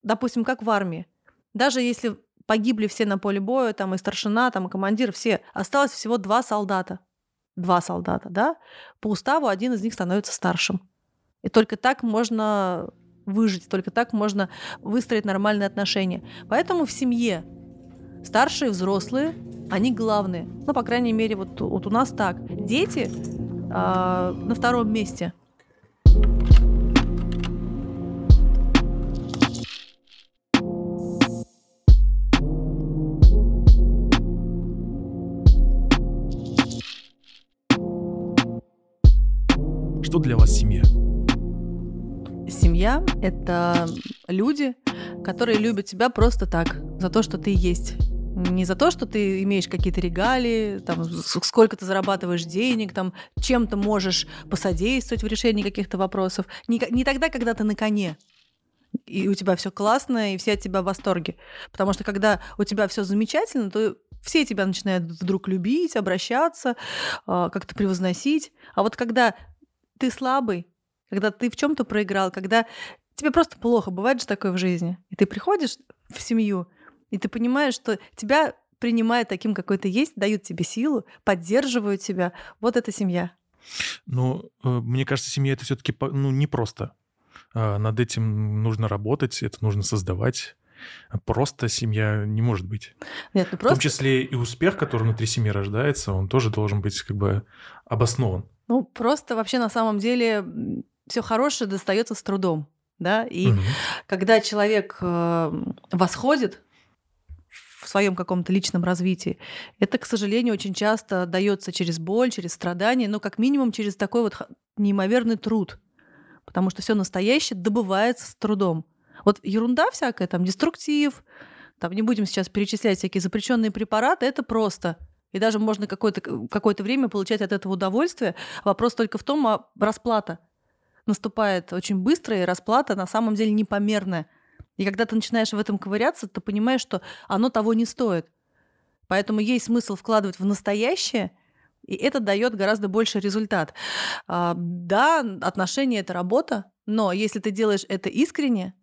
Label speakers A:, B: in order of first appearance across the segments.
A: допустим, как в армии. Даже если погибли все на поле боя, там и старшина, там и командир, все, осталось всего 2 солдата. 2 солдата, да? По уставу один из них становится старшим. И только так можно выжить, только так можно выстроить нормальные отношения. Поэтому в семье старшие, взрослые, они главные. Ну, по крайней мере, вот у нас так. Дети на втором месте.
B: Что для вас семья?
A: Семья — это люди, которые любят тебя просто так, за то, что ты есть. Не за то, что ты имеешь какие-то регалии, там, сколько ты зарабатываешь денег, там, чем ты можешь посодействовать в решении каких-то вопросов. Не тогда, когда ты на коне, и у тебя все классно, и все от тебя в восторге. Потому что когда у тебя все замечательно, то все тебя начинают вдруг любить, обращаться, как-то превозносить. А вот когда ты слабый, когда ты в чем-то проиграл, когда тебе просто плохо, бывает же такое в жизни, и ты приходишь в семью, и ты понимаешь, что тебя принимают таким, какой ты есть, дают тебе силу, поддерживают тебя. Вот это семья.
B: Ну, мне кажется, семья — это все-таки непросто. Над этим нужно работать, это нужно создавать. Просто семья не может быть.
A: Нет, ну
B: В
A: просто...
B: том числе и успех, который внутри семьи рождается, он тоже должен быть как бы обоснован.
A: Ну, просто вообще на самом деле все хорошее достается с трудом, да, и когда человек восходит в своем каком-то личном развитии, это, к сожалению, очень часто дается через боль, через страдания, но как минимум через такой вот неимоверный труд, потому что все настоящее добывается с трудом. Вот ерунда всякая, там, деструктив, там, не будем сейчас перечислять всякие запрещенные препараты, это просто. И даже можно какое-то время получать от этого удовольствие. Вопрос только в том, а расплата наступает очень быстро, и расплата на самом деле непомерная. И когда ты начинаешь в этом ковыряться, ты понимаешь, что оно того не стоит. Поэтому есть смысл вкладывать в настоящее, и это дает гораздо больший результат. Да, отношения — это работа, но если ты делаешь это искренне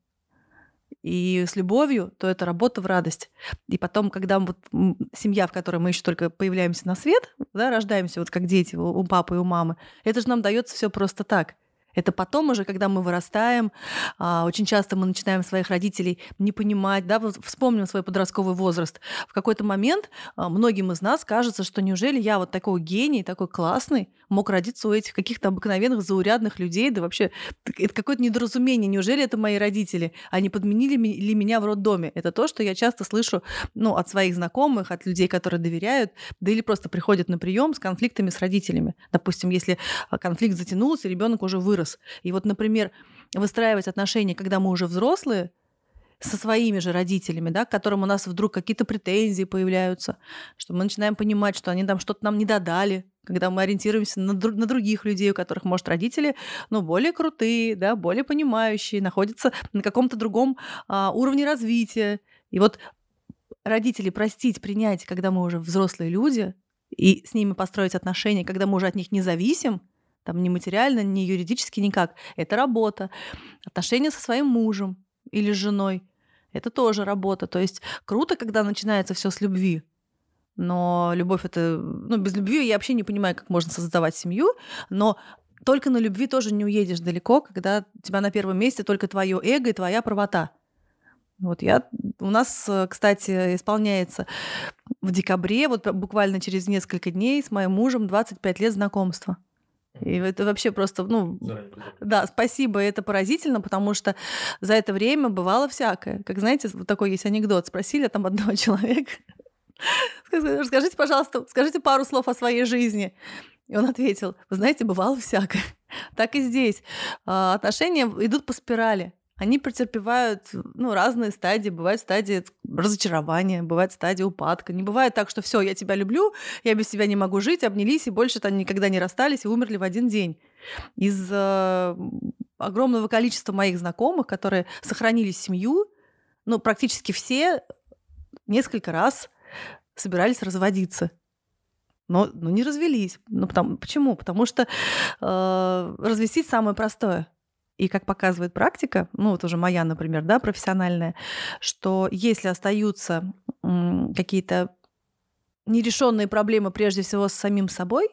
A: и с любовью, то это работа в радость. И потом, когда вот семья, в которой мы еще только появляемся на свет, да, рождаемся вот как дети у папы и у мамы, это же нам дается все просто так. Это потом уже, когда мы вырастаем, очень часто мы начинаем своих родителей не понимать, да, вот вспомним свой подростковый возраст. В какой-то момент многим из нас кажется, что неужели я вот такой гений, такой классный, мог родиться у этих каких-то обыкновенных заурядных людей, да вообще это какое-то недоразумение, неужели это мои родители, они подменили ли меня в роддоме? Это то, что я часто слышу, ну, от своих знакомых, от людей, которые доверяют, да или просто приходят на прием с конфликтами с родителями. Допустим, если конфликт затянулся, ребенок уже вырос. И вот, например, выстраивать отношения, когда мы уже взрослые, со своими же родителями, да, к которым у нас вдруг какие-то претензии появляются, что мы начинаем понимать, что они там что-то нам не додали, когда мы ориентируемся на других людей, у которых, может, родители, ну, более крутые, да, более понимающие, находятся на каком-то другом уровне развития. И вот родителей простить, принять, когда мы уже взрослые люди, и с ними построить отношения, когда мы уже от них не зависим, там ни материально, ни юридически никак. Это работа. Отношения со своим мужем или с женой — это тоже работа. То есть круто, когда начинается все с любви. Но любовь — это... Ну, без любви я вообще не понимаю, как можно создавать семью. Но только на любви тоже не уедешь далеко, когда у тебя на первом месте только твое эго и твоя правота. Вот у нас, кстати, исполняется в декабре, вот буквально через несколько дней, с моим мужем 25 лет знакомства. И это вообще просто, ну, да, спасибо, это поразительно, потому что за это время бывало всякое. Как, знаете, вот такой есть анекдот. Спросили там одного человека, скажите, пожалуйста, скажите пару слов о своей жизни. И он ответил, вы знаете, бывало всякое. Так и здесь. Отношения идут по спирали. Они претерпевают, ну, разные стадии. Бывает стадия разочарования, бывает стадия упадка. Не бывает так, что все, я тебя люблю, я без тебя не могу жить, обнялись и больше там никогда не расстались и умерли в один день. Из огромного количества моих знакомых, которые сохранили семью, ну, практически все несколько раз собирались разводиться. Но не развелись. Почему? Потому что развестись самое простое. И как показывает практика, ну вот уже моя, например, да, профессиональная, что если остаются какие-то нерешенные проблемы прежде всего с самим собой,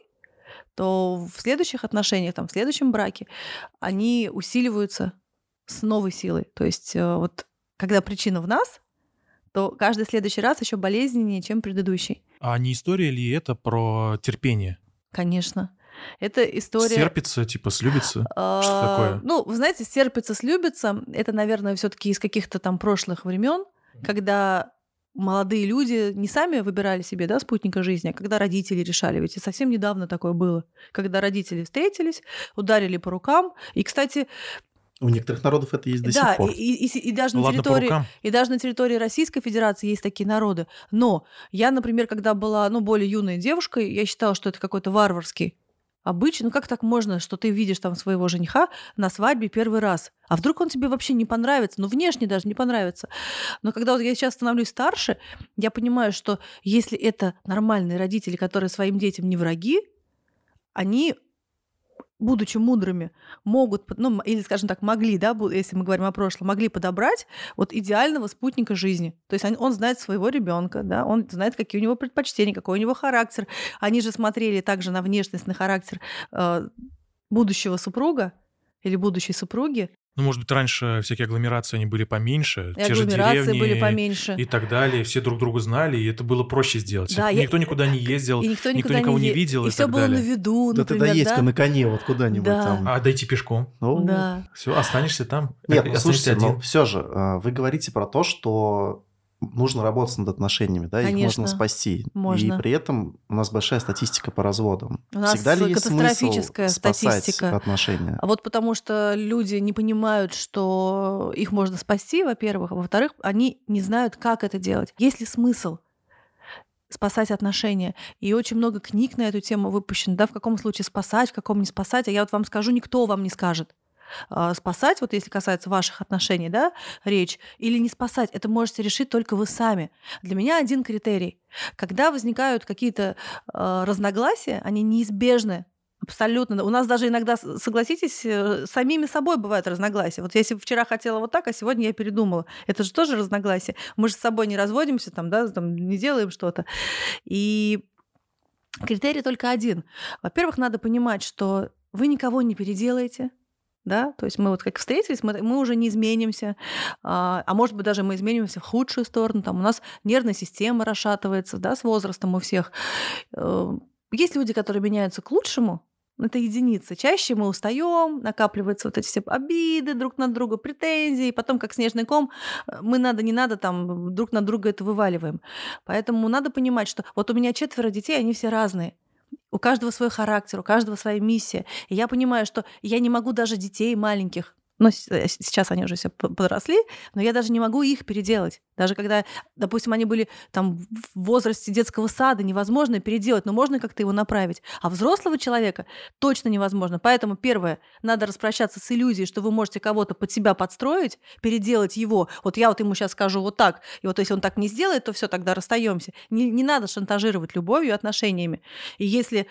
A: то в следующих отношениях, там, в следующем браке они усиливаются с новой силой. То есть вот когда причина в нас, то каждый следующий раз еще болезненнее, чем предыдущий.
B: А не история ли это про терпение?
A: Конечно. Это история...
B: Стерпится, типа слюбится? Что такое?
A: Ну, вы знаете, стерпится, слюбится, это, наверное, все-таки из каких-то там прошлых времен, когда молодые люди не сами выбирали себе, да, спутника жизни, а когда родители решали. Ведь и совсем недавно такое было. Когда родители встретились, ударили по рукам. И, кстати...
C: У некоторых народов это есть до сих пор.
A: И даже на территории Российской Федерации есть такие народы. Но я, например, когда была более юной девушкой, я считала, что это какой-то варварский обычай. Ну как так можно, что ты видишь там своего жениха на свадьбе первый раз? А вдруг он тебе вообще не понравится? Ну внешне даже не понравится. Но когда вот я сейчас становлюсь старше, я понимаю, что если это нормальные родители, которые своим детям не враги, они... будучи мудрыми, могут, ну, или, скажем так, могли, да, если мы говорим о прошлом, могли подобрать вот идеального спутника жизни. То есть он знает своего ребенка, да, он знает, какие у него предпочтения, какой у него характер. Они же смотрели также на внешность, на характер будущего супруга или будущей супруги.
B: Ну, может быть, раньше всякие агломерации, они были поменьше,
A: И
B: те же деревни
A: были поменьше.
B: И так далее, все друг друга знали, и это было проще сделать.
A: Да,
B: никто никуда не ездил,
A: и
B: никто никого не видел,
A: и все было на виду,
C: да,
A: например,
C: ты доедь-ка на коне вот куда-нибудь там.
B: А дойти пешком.
A: Да.
B: Все, останешься там.
C: Нет, ну слушайте, но все же, вы говорите про то, что нужно работать над отношениями, да,
A: конечно,
C: их можно спасти.
A: Можно.
C: И при этом у нас большая статистика по разводам.
A: У нас
C: всегда ли есть
A: катастрофическая
C: смысл спасать
A: статистика.
C: отношения?
A: А вот потому что люди не понимают, что их можно спасти, во-первых, а во-вторых, они не знают, как это делать. Есть ли смысл спасать отношения? И очень много книг на эту тему выпущено, да, в каком случае спасать, в каком не спасать. А я вот вам скажу, никто вам не скажет. Спасать, вот если касается ваших отношений, да, речь, или не спасать, это можете решить только вы сами. Для меня один критерий. Когда возникают какие-то разногласия, они неизбежны. Абсолютно. У нас даже иногда, согласитесь, с самими собой бывают разногласия. Вот если вчера хотела вот так, а сегодня я передумала. Это же тоже разногласие. Мы же с собой не разводимся, там, да, там, не делаем что-то. И критерий только один. Во-первых, надо понимать, что вы никого не переделаете. Да? То есть мы вот как встретились, мы уже не изменимся, а может быть, даже мы изменимся в худшую сторону. Там у нас нервная система расшатывается, да, с возрастом у всех. Есть люди, которые меняются к лучшему, это единицы. Чаще мы устаем, накапливаются вот эти все обиды друг на друга, претензии, и потом, как снежный ком, мы не надо, там друг на друга это вываливаем. Поэтому надо понимать, что вот у меня 4 детей, они все разные. У каждого свой характер, у каждого своя миссия. И я понимаю, что я не могу даже детей маленьких, ну, сейчас они уже все подросли, но я даже не могу их переделать. Даже когда, допустим, они были там в возрасте детского сада, невозможно переделать, но можно как-то его направить. А взрослого человека точно невозможно. Поэтому, первое, надо распрощаться с иллюзией, что вы можете кого-то под себя подстроить, переделать его. Вот я вот ему сейчас скажу вот так, и вот если он так не сделает, то все, тогда расстаемся. Не надо шантажировать любовью и отношениями. И если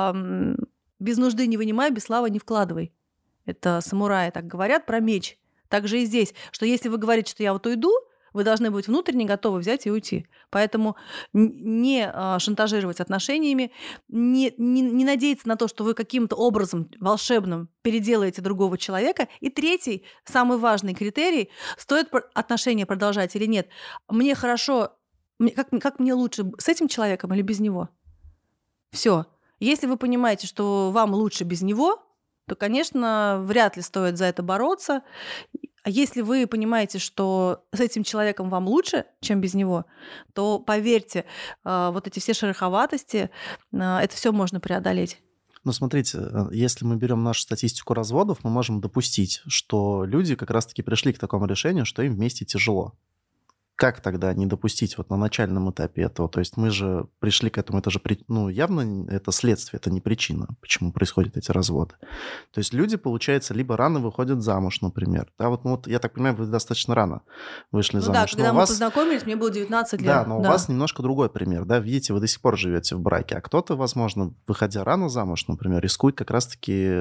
A: без нужды не вынимай, без славы не вкладывай. Это самураи так говорят про меч. Так же и здесь, что если вы говорите, что я вот уйду, вы должны быть внутренне готовы взять и уйти. Поэтому не шантажировать отношениями, не надеяться на то, что вы каким-то образом волшебным переделаете другого человека. И третий, самый важный критерий, стоит отношения продолжать или нет. Мне хорошо, как мне лучше с этим человеком или без него? Все. Если вы понимаете, что вам лучше без него, то, конечно, вряд ли стоит за это бороться. А если вы понимаете, что с этим человеком вам лучше, чем без него, то, поверьте, вот эти все шероховатости, это все можно преодолеть.
C: Ну, смотрите, если мы берем нашу статистику разводов, мы можем допустить, что люди как раз-таки пришли к такому решению, что им вместе тяжело. Как тогда не допустить вот на начальном этапе этого? То есть мы же пришли к этому, это же явно это следствие, это не причина, почему происходят эти разводы. То есть люди, получается, либо рано выходят замуж, например. Да, вот я так понимаю, вы достаточно рано вышли замуж.
A: Да, когда мы познакомились, мне было 19 лет.
C: Да, но у вас немножко другой пример. Да, видите, вы до сих пор живете в браке, а кто-то, возможно, выходя рано замуж, например, рискует как раз-таки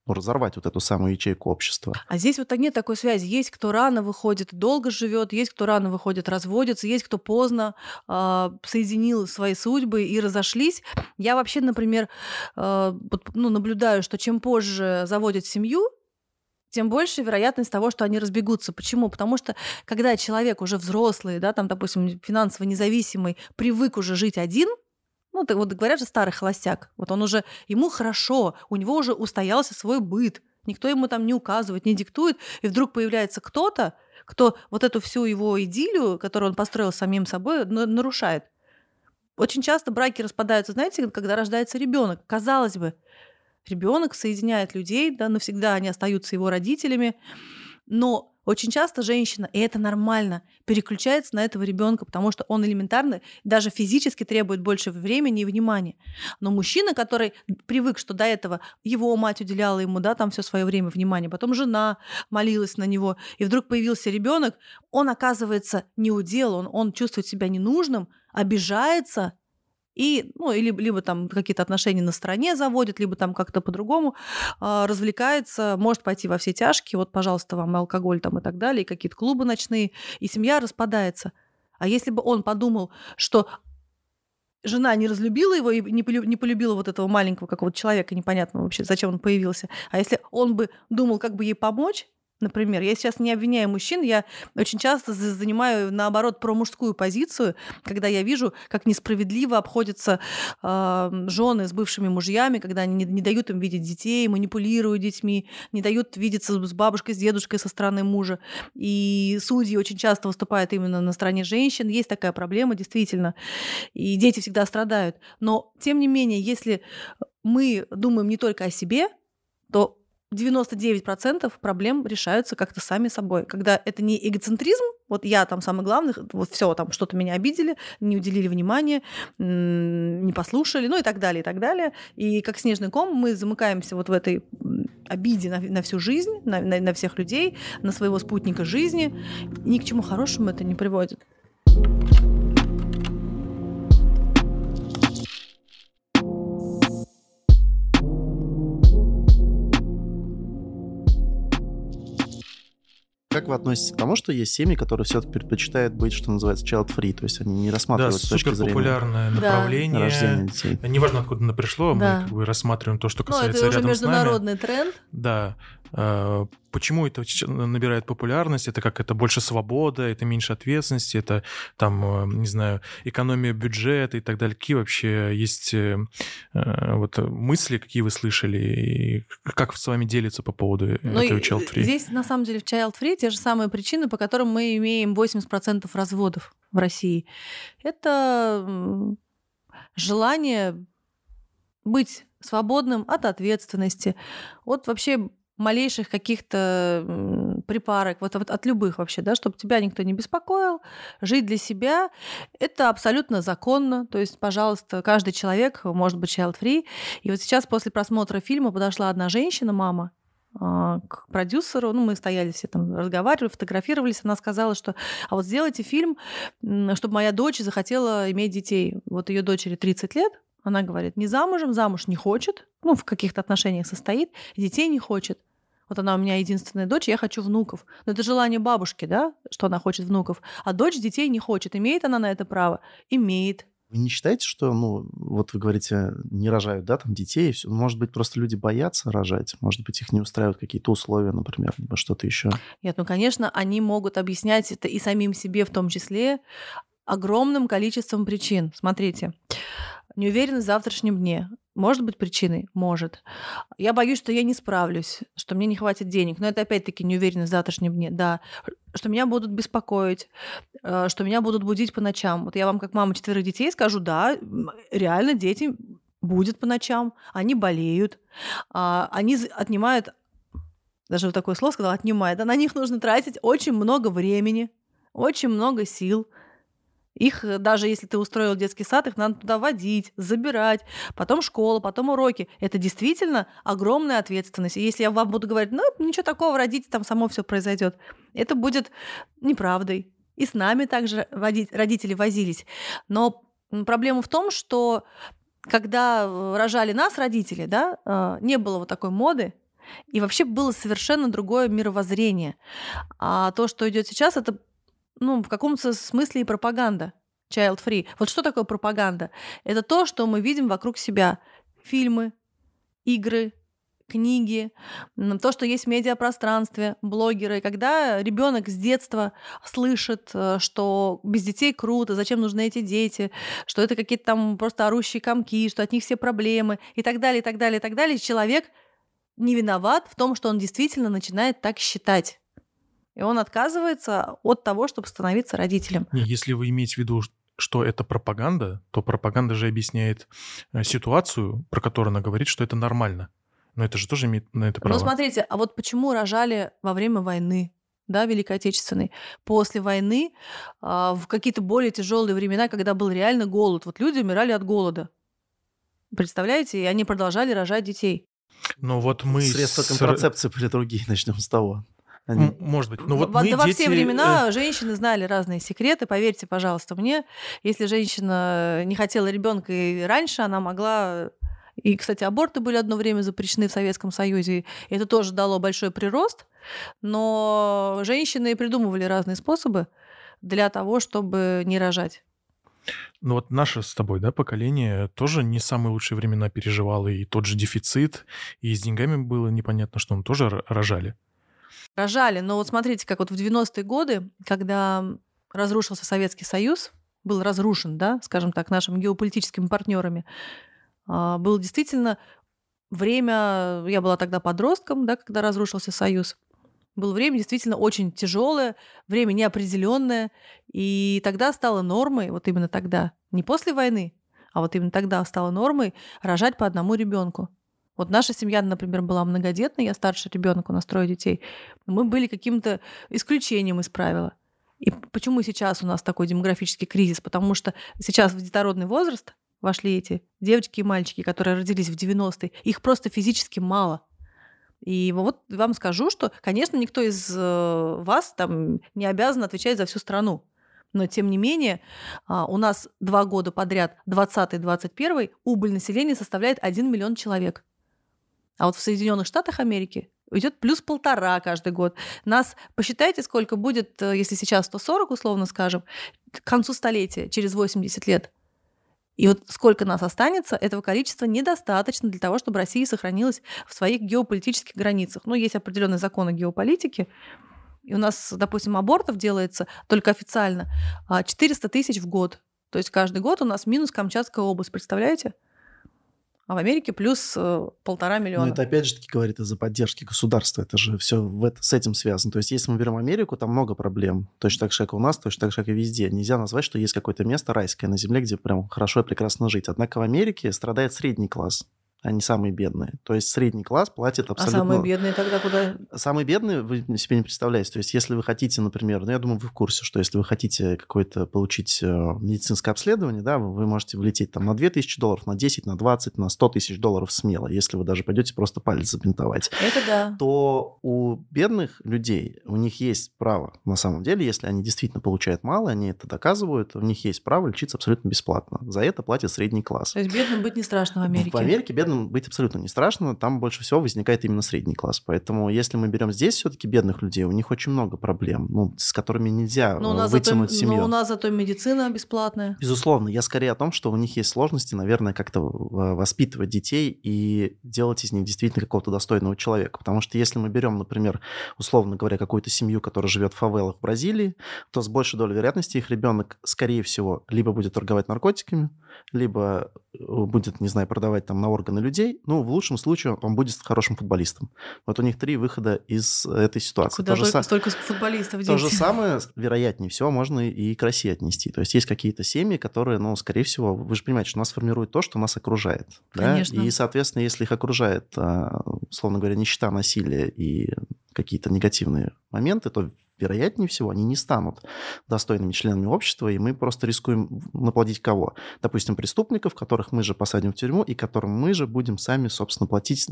C: разорвать вот эту самую ячейку общества.
A: А здесь вот нет такой связи. Есть кто рано выходит, долго живет, есть кто рано выходит, разводится, есть кто поздно соединил свои судьбы и разошлись. Я вообще, например, наблюдаю, что чем позже заводят семью, тем больше вероятность того, что они разбегутся. Почему? Потому что когда человек уже взрослый, да, там, допустим, финансово независимый, привык уже жить один, вот говорят же старый холостяк, вот он уже, ему хорошо, у него уже устоялся свой быт, никто ему там не указывает, не диктует, и вдруг появляется кто-то, кто вот эту всю его идиллию, которую он построил самим собой, нарушает. Очень часто браки распадаются, знаете, когда рождается ребенок. Казалось бы, ребенок соединяет людей, да, навсегда они остаются его родителями, но очень часто женщина, и это нормально, переключается на этого ребенка, потому что он элементарно, даже физически требует больше времени и внимания. Но мужчина, который привык, что до этого его мать уделяла ему, да, там все свое время, внимание, потом жена молилась на него, и вдруг появился ребенок, он оказывается неудел, он чувствует себя ненужным, обижается, и, либо там какие-то отношения на стороне заводит, либо там как-то по-другому развлекается, может пойти во все тяжкие, вот, пожалуйста, вам алкоголь там и так далее, и какие-то клубы ночные, и семья распадается. А если бы он подумал, что жена не разлюбила его и не полюбила вот этого маленького какого-то человека, непонятного вообще, зачем он появился, а если он бы думал, как бы ей помочь, например, я сейчас не обвиняю мужчин, я очень часто занимаю, наоборот, промужскую позицию, когда я вижу, как несправедливо обходятся жены с бывшими мужьями, когда они не дают им видеть детей, манипулируют детьми, не дают видеться с бабушкой, с дедушкой со стороны мужа. И судьи очень часто выступают именно на стороне женщин. Есть такая проблема, действительно. И дети всегда страдают. Но, тем не менее, если мы думаем не только о себе, то 99% проблем решаются как-то сами собой. Когда это не эгоцентризм, вот я там самый главный, вот все там что-то меня обидели, не уделили внимания, не послушали, и так далее, и так далее. И как снежный ком мы замыкаемся вот в этой обиде на всю жизнь, на всех людей, на своего спутника жизни. Ни к чему хорошему это не приводит.
C: Как вы относитесь к тому, что есть семьи, которые все-таки предпочитают быть, что называется, child-free, то есть они не рассматривают с точки зрения
B: суперпопулярное направление.
C: Рождения детей.
B: Неважно, откуда оно пришло, мы как бы рассматриваем то, что касается рядом с нами.
A: Это уже международный тренд.
B: Да. Почему это набирает популярность? Это как это больше свобода, это меньше ответственности, это там, не знаю, экономия бюджета и так далее. Какие вообще есть вот мысли, какие вы слышали, и как с вами делиться по поводу этого child-free?
A: Здесь, на самом деле, в child-free те же самые причины, по которым мы имеем 80% разводов в России. Это желание быть свободным от ответственности, от вообще малейших каких-то припарок, вот от любых вообще, да, чтобы тебя никто не беспокоил, жить для себя, это абсолютно законно, то есть, пожалуйста, каждый человек может быть child-free. И вот сейчас после просмотра фильма подошла одна женщина, мама, к продюсеру, мы стояли все там, разговаривали, фотографировались, она сказала, что а вот сделайте фильм, чтобы моя дочь захотела иметь детей. Вот ее дочери 30 лет, она говорит, не замужем, замуж не хочет, в каких-то отношениях состоит, детей не хочет. Вот она у меня единственная дочь, я хочу внуков. Но это желание бабушки, да, что она хочет внуков. А дочь детей не хочет. Имеет она на это право? Имеет.
C: Вы не считаете, что, вот вы говорите, не рожают, да, там детей, и все. Может быть, просто люди боятся рожать? Может быть, их не устраивают какие-то условия, например, либо что-то еще?
A: Нет, конечно, они могут объяснять это и самим себе в том числе огромным количеством причин. Смотрите, неуверенность в завтрашнем дне. Может быть причиной? Может. Я боюсь, что я не справлюсь, что мне не хватит денег. Но это опять-таки неуверенность в завтрашнем дне. Да. Что меня будут беспокоить, что меня будут будить по ночам. Вот я вам как мама 4 детей скажу, да, реально дети будут по ночам. Они болеют. Они отнимают, даже вот такое слово сказала, отнимает. На них нужно тратить очень много времени, очень много сил. Их, даже если ты устроил детский сад, их надо туда водить, забирать, потом школа, потом уроки. Это действительно огромная ответственность. И если я вам буду говорить, ничего такого, родите, там само все произойдет, это будет неправдой. И с нами также родители возились. Но проблема в том, что когда рожали нас родители, да, не было вот такой моды, И вообще было совершенно другое мировоззрение. А то, что идет сейчас, это в каком-то смысле и пропаганда. Child-free. Вот что такое пропаганда? Это то, что мы видим вокруг себя. Фильмы, игры, книги, то, что есть в медиапространстве, блогеры. Когда ребенок с детства слышит, что без детей круто, зачем нужны эти дети, что это какие-то там просто орущие комки, что от них все проблемы и так далее, и так далее, и так далее, человек не виноват в том, что он действительно начинает так считать. И он отказывается от того, чтобы становиться родителем.
B: Если вы имеете в виду, что это пропаганда, то пропаганда же объясняет ситуацию, про которую она говорит, что это нормально. Но это же тоже имеет на это право.
A: Ну, смотрите, а вот почему рожали во время войны, да, Великой Отечественной, после войны, в какие-то более тяжелые времена, когда был реально голод. Вот люди умирали от голода. Представляете? И они продолжали рожать детей.
B: Но вот мы...
C: Средства контрацепции были другие, начнем с того.
B: Может быть. Но вот мы,
A: во
B: дети...
A: все времена женщины знали разные секреты. Поверьте, пожалуйста, мне, если женщина не хотела ребенка и раньше, она могла... И, кстати, аборты были одно время запрещены в Советском Союзе. И это тоже дало большой прирост. Но женщины придумывали разные способы для того, чтобы не рожать.
B: Ну вот наше с тобой, да, поколение тоже не самые лучшие времена переживало. И тот же дефицит, и с деньгами было непонятно, что мы тоже рожали.
A: Рожали, но вот смотрите, как вот в 90-е годы, когда разрушился Советский Союз, был разрушен, да, скажем так, нашими геополитическими партнерами, было действительно время, я была тогда подростком, да, когда разрушился Союз, было время действительно очень тяжелое, время неопределенное, и тогда стало нормой, вот именно тогда, не после войны, а вот именно тогда стало нормой рожать по одному ребенку. Вот наша семья, например, была многодетной, я старший ребенок, у нас 3 детей. Мы были каким-то исключением из правила. И почему сейчас у нас такой демографический кризис? Потому что сейчас в детородный возраст вошли эти девочки и мальчики, которые родились в 90-е. Их просто физически мало. И вот вам скажу, что, конечно, никто из вас там не обязан отвечать за всю страну. Но, тем не менее, у нас 2 года подряд, 20-21, убыль населения составляет 1 миллион человек. А вот в Соединенных Штатах Америки идет плюс 1,5 каждый год. Нас, посчитайте, сколько будет, если сейчас 140, условно скажем, к концу столетия, через 80 лет. И вот сколько нас останется, этого количества недостаточно для того, чтобы Россия сохранилась в своих геополитических границах. Ну, есть определенные законы геополитики. И у нас, допустим, абортов делается только официально 400 тысяч в год. То есть каждый год у нас минус Камчатская область, представляете? А в Америке плюс 1,5 миллиона.
C: Но это опять же таки говорит из-за поддержки государства. Это же все с этим связано. То есть если мы берем Америку, там много проблем. Точно так же, как у нас, точно так же, как и везде. Нельзя назвать, что есть какое-то место райское на земле, где прям хорошо и прекрасно жить. Однако в Америке страдает средний класс, а не самые бедные. То есть средний класс платит абсолютно...
A: А самые бедные тогда куда?
C: Самые бедные вы себе не представляете. То есть если вы хотите, например, я думаю, вы в курсе, что если вы хотите какое-то получить медицинское обследование, да, вы можете влететь там на $2000, на 10, на 20, на 100 тысяч долларов смело, если вы даже пойдете просто палец забинтовать.
A: Это да.
C: То у бедных людей, у них есть право, на самом деле, если они действительно получают мало, они это доказывают, у них есть право лечиться абсолютно бесплатно. За это платит средний класс.
A: То есть бедным быть не страшно в Америке?
C: В Америке бедным быть абсолютно не страшно, там больше всего возникает именно средний класс. Поэтому если мы берем здесь все-таки бедных людей, у них очень много проблем, с которыми нельзя вытянуть семью.
A: Но у нас зато медицина бесплатная.
C: Безусловно, я скорее о том, что у них есть сложности, наверное, как-то воспитывать детей и делать из них действительно какого-то достойного человека. Потому что если мы берем, например, условно говоря, какую-то семью, которая живет в фавелах в Бразилии, то с большей долей вероятности их ребенок, скорее всего, либо будет торговать наркотиками, либо будет, не знаю, продавать там на органы людей. Ну, в лучшем случае он будет хорошим футболистом. Вот у них 3 выхода из этой ситуации.
A: Куда столько футболистов дети?
C: То же самое, вероятнее всего, можно и к России отнести. То есть есть какие-то семьи, которые, скорее всего, вы же понимаете, что нас формирует то, что нас окружает.
A: Конечно.
C: Да? И, соответственно, если их окружает, условно говоря, нищета, насилие и какие-то негативные моменты, то вероятнее всего, они не станут достойными членами общества, и мы просто рискуем наплодить кого? Допустим, преступников, которых мы же посадим в тюрьму, и которым мы же будем сами, собственно, платить,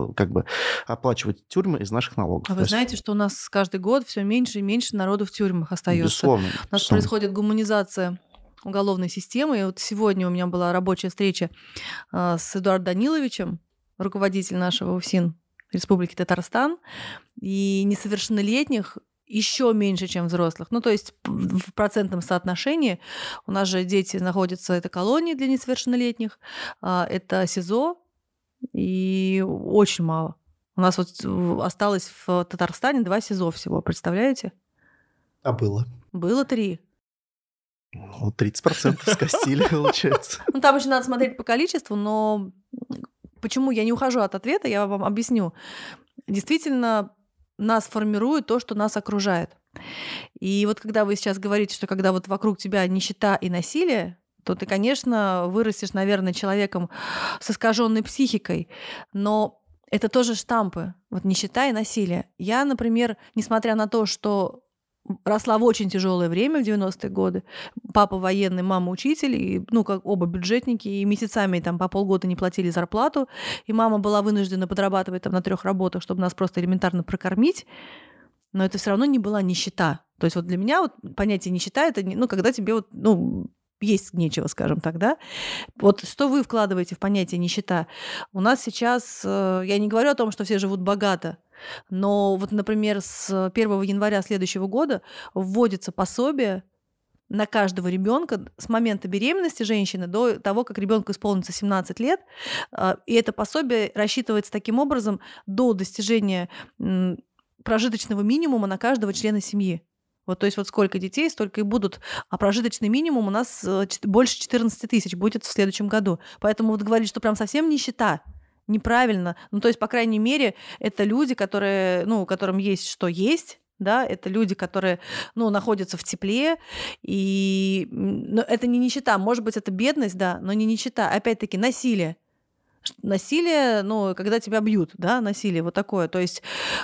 C: оплачивать тюрьмы из наших налогов.
A: А вы знаете, что у нас каждый год все меньше и меньше народу в тюрьмах остается?
C: Безусловно.
A: У нас происходит гуманизация уголовной системы. И вот сегодня у меня была рабочая встреча с Эдуардом Даниловичем, руководитель нашего УФСИН, Республики Татарстан, и несовершеннолетних еще меньше, чем взрослых. Ну, то есть в процентном соотношении у нас же дети находятся, это колонии для несовершеннолетних, это СИЗО, и очень мало. У нас вот осталось в Татарстане 2 СИЗО всего, представляете?
C: А было?
A: Было 3.
C: Ну, 30% скостили, получается.
A: Ну, там еще надо смотреть по количеству, но почему я не ухожу от ответа, я вам объясню. Действительно, нас формирует то, что нас окружает. И вот когда вы сейчас говорите, что когда вот вокруг тебя нищета и насилие, то ты, конечно, вырастешь, наверное, человеком с искаженной психикой, но это тоже штампы, вот нищета и насилие. Я, например, несмотря на то, что росла в очень тяжелое время, в 90-е годы. Папа военный, мама учитель, и, ну, как оба бюджетники, и месяцами там по полгода не платили зарплату, и мама была вынуждена подрабатывать там на 3 работах, чтобы нас просто элементарно прокормить, но это все равно не была нищета. То есть вот для меня вот понятие нищета — это, ну, когда тебе вот, ну, есть нечего, скажем так, да? Вот что вы вкладываете в понятие нищета? У нас сейчас, я не говорю о том, что все живут богато, но вот, например, с 1 января следующего года вводится пособие на каждого ребенка с момента беременности женщины до того, как ребенку исполнится 17 лет. И это пособие рассчитывается таким образом до достижения прожиточного минимума на каждого члена семьи. Вот, то есть вот сколько детей, столько и будут. А прожиточный минимум у нас больше 14 тысяч будет в следующем году. Поэтому вот говорить, что прям совсем нищета, неправильно. Ну, то есть, по крайней мере, это люди, которые, ну, которым есть что есть, да, это люди, которые, ну, находятся в тепле, и но это не нищета. Может быть, это бедность, да, но не нищета. Опять-таки, насилие. Насилие, ну, когда тебя бьют, да, насилие вот такое. То есть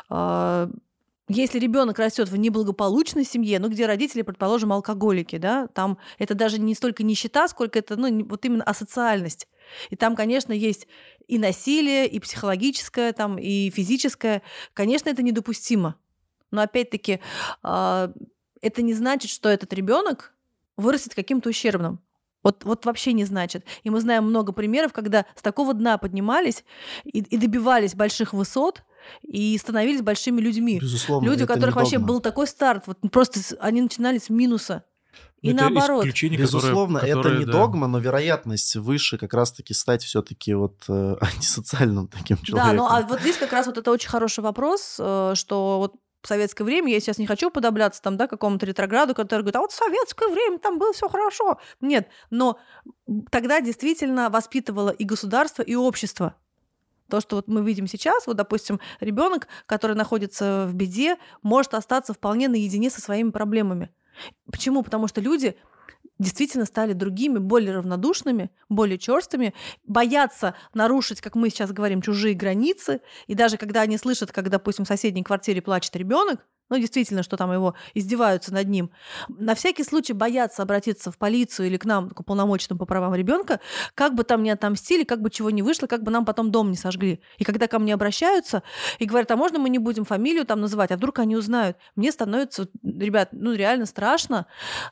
A: если ребенок растет в неблагополучной семье, ну, где родители, предположим, алкоголики, да, там это даже не столько нищета, сколько это, ну, вот именно асоциальность. И там, конечно, есть и насилие, и психологическое, там, и физическое. Конечно, это недопустимо. Но опять-таки, это не значит, что этот ребенок вырастет каким-то ущербным. Вот вообще не значит. И мы знаем много примеров, когда с такого дна поднимались и добивались больших высот, и становились большими людьми.
C: Безусловно,
A: люди, у которых вообще был такой старт, вот просто они начинали с минуса. И
B: это
A: наоборот.
C: Безусловно, это не догма, но вероятность выше как раз-таки стать все-таки вот антисоциальным таким человеком.
A: Да, ну а вот здесь как раз вот это очень хороший вопрос, что вот в советское время, я сейчас не хочу подобляться там, да, какому-то ретрограду, который говорит, а вот в советское время там было все хорошо. Нет, но тогда действительно воспитывало и государство, и общество. То, что вот мы видим сейчас, вот, допустим, ребенок, который находится в беде, может остаться вполне наедине со своими проблемами. Почему? Потому что люди действительно стали другими, более равнодушными, более чёрствыми, боятся нарушить, как мы сейчас говорим, чужие границы. И даже когда они слышат, как, допустим, в соседней квартире плачет ребенок, ну, действительно, что там его издеваются над ним, на всякий случай боятся обратиться в полицию или к нам, к уполномоченным по правам ребенка, как бы там ни отомстили, как бы чего не вышло, как бы нам потом дом не сожгли. И когда ко мне обращаются и говорят, а можно мы не будем фамилию там называть, а вдруг они узнают? Мне становится, ребят, ну, реально страшно.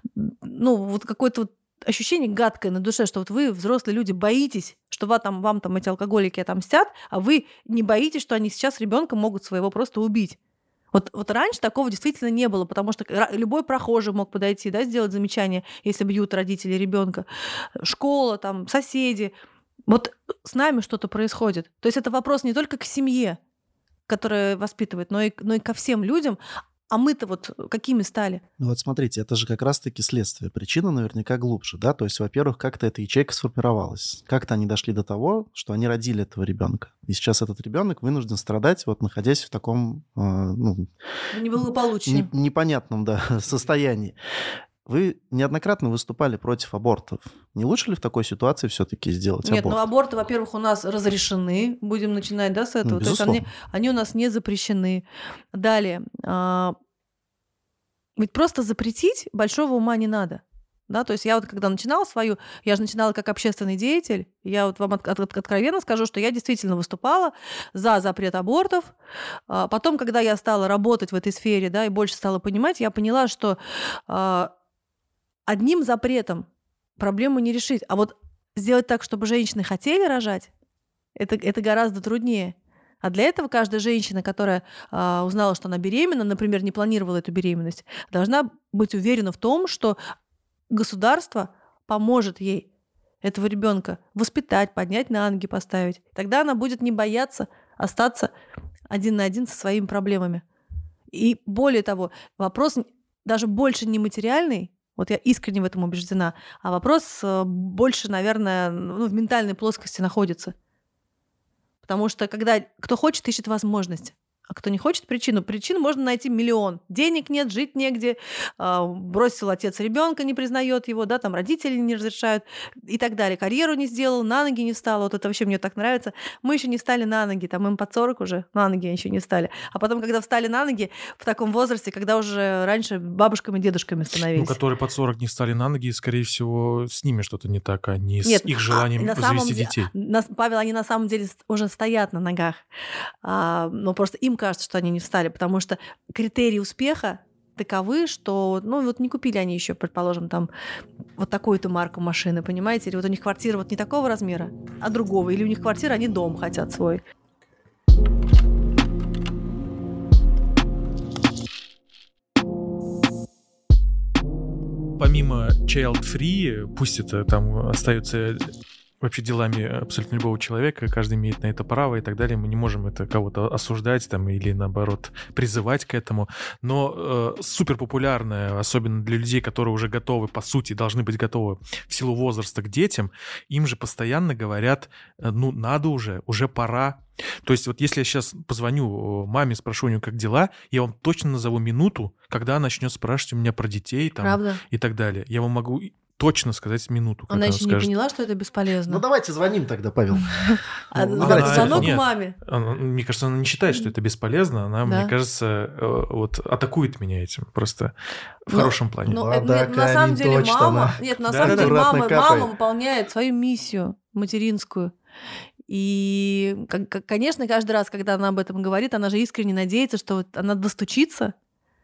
A: Ну, вот какое-то вот ощущение гадкое на душе, что вот вы, взрослые люди, боитесь, что вам там эти алкоголики отомстят, а вы не боитесь, что они сейчас ребенка могут своего просто убить. Вот раньше такого действительно не было, потому что любой прохожий мог подойти, да, сделать замечание, если бьют родители ребенка. Школа, там, соседи. Вот с нами что-то происходит. То есть это вопрос не только к семье, которая воспитывает, но и ко всем людям. А мы-то вот какими стали?
C: Ну вот смотрите, это же как раз-таки следствие. Причина наверняка глубже, да? То есть, во-первых, как-то эта ячейка сформировалась. Как-то они дошли до того, что они родили этого ребенка. И сейчас этот ребенок вынужден страдать, вот находясь в таком
A: неблагополучном,
C: непонятном, да, состоянии. Вы неоднократно выступали против абортов. Не лучше ли в такой ситуации все-таки сделать аборт?
A: Нет, ну аборты, во-первых, у нас разрешены. Будем начинать, да, с этого.
C: Ну, безусловно.
A: То есть они у нас не запрещены. Далее. Ведь просто запретить большого ума не надо. Да, то есть я вот когда начинала я же начинала как общественный деятель, я вот вам откровенно скажу, что я действительно выступала за запрет абортов. Потом, когда я стала работать в этой сфере, да, и больше стала понимать, я поняла, что одним запретом проблему не решить. А вот сделать так, чтобы женщины хотели рожать, это гораздо труднее. А для этого каждая женщина, которая узнала, что она беременна, например, не планировала эту беременность, должна быть уверена в том, что государство поможет ей этого ребенка воспитать, поднять на ноги, поставить. Тогда она будет не бояться остаться один на один со своими проблемами. И более того, вопрос даже больше не материальный, вот я искренне в этом убеждена, а вопрос больше, наверное, в ментальной плоскости находится. Потому что когда кто хочет, ищет возможность. А кто не хочет причину, причин можно найти миллион. Денег нет, жить негде, бросил отец ребенка, не признает его, да, там родители не разрешают и так далее. Карьеру не сделал, на ноги не встал. Вот это вообще мне так нравится. Мы еще не встали на ноги, там им под 40 уже, на ноги еще не встали. А потом, когда встали на ноги, в таком возрасте, когда уже раньше бабушками, дедушками становились.
B: Ну, которые под 40 не встали на ноги, скорее всего, с ними что-то не так, а не с их желанием завести детей.
A: Павел, они на самом деле уже стоят на ногах. Но просто им кажется, что они не встали, потому что критерии успеха таковы, что, вот не купили они еще, предположим, там вот такую-то марку машины, понимаете? Или вот у них квартира вот не такого размера, а другого. Или у них квартира, они дом хотят свой.
B: Помимо child-free, пусть это там остается вообще делами абсолютно любого человека, каждый имеет на это право и так далее, мы не можем это кого-то осуждать там, или, наоборот, призывать к этому, но супер популярное, особенно для людей, которые уже готовы, по сути, должны быть готовы в силу возраста к детям, им же постоянно говорят, надо уже пора. То есть вот если я сейчас позвоню маме, спрошу у нее, как дела, я вам точно назову минуту, когда она начнет спрашивать у меня про детей там, и так далее. Я вам могу точно сказать минуту.
A: Она еще не поняла, что это бесполезно.
C: Ну, давайте звоним тогда, Павел.
A: Звонок маме.
B: Мне кажется, она не считает, что это бесполезно. Она, мне кажется, вот атакует меня этим просто в хорошем плане.
A: На самом деле мама выполняет свою миссию материнскую. И, конечно, каждый раз, когда она об этом говорит, она же искренне надеется, что она достучится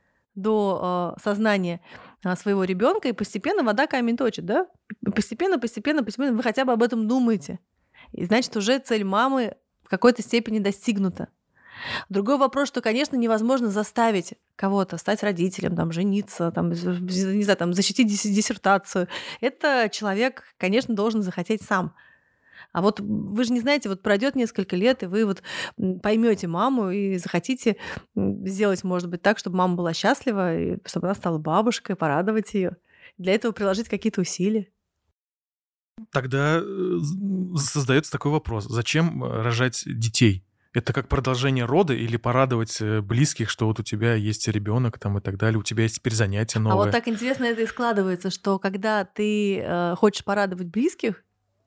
A: до сознания своего ребенка, и постепенно вода камень точит, да? И постепенно вы хотя бы об этом думаете. И значит, уже цель мамы в какой-то степени достигнута. Другой вопрос, что, конечно, невозможно заставить кого-то стать родителем, там, жениться, там, не знаю, там, защитить диссертацию. Это человек, конечно, должен захотеть сам. А вот вы же не знаете, вот пройдет несколько лет, и вы вот поймете маму и захотите сделать, может быть, так, чтобы мама была счастлива, и чтобы она стала бабушкой, порадовать ее. Для этого приложить какие-то усилия.
B: Тогда создается такой вопрос: зачем рожать детей? Это как продолжение рода или порадовать близких, что вот у тебя есть ребенок там и так далее, у тебя есть теперь занятия новые?
A: А вот так интересно это и складывается, что когда ты хочешь порадовать близких,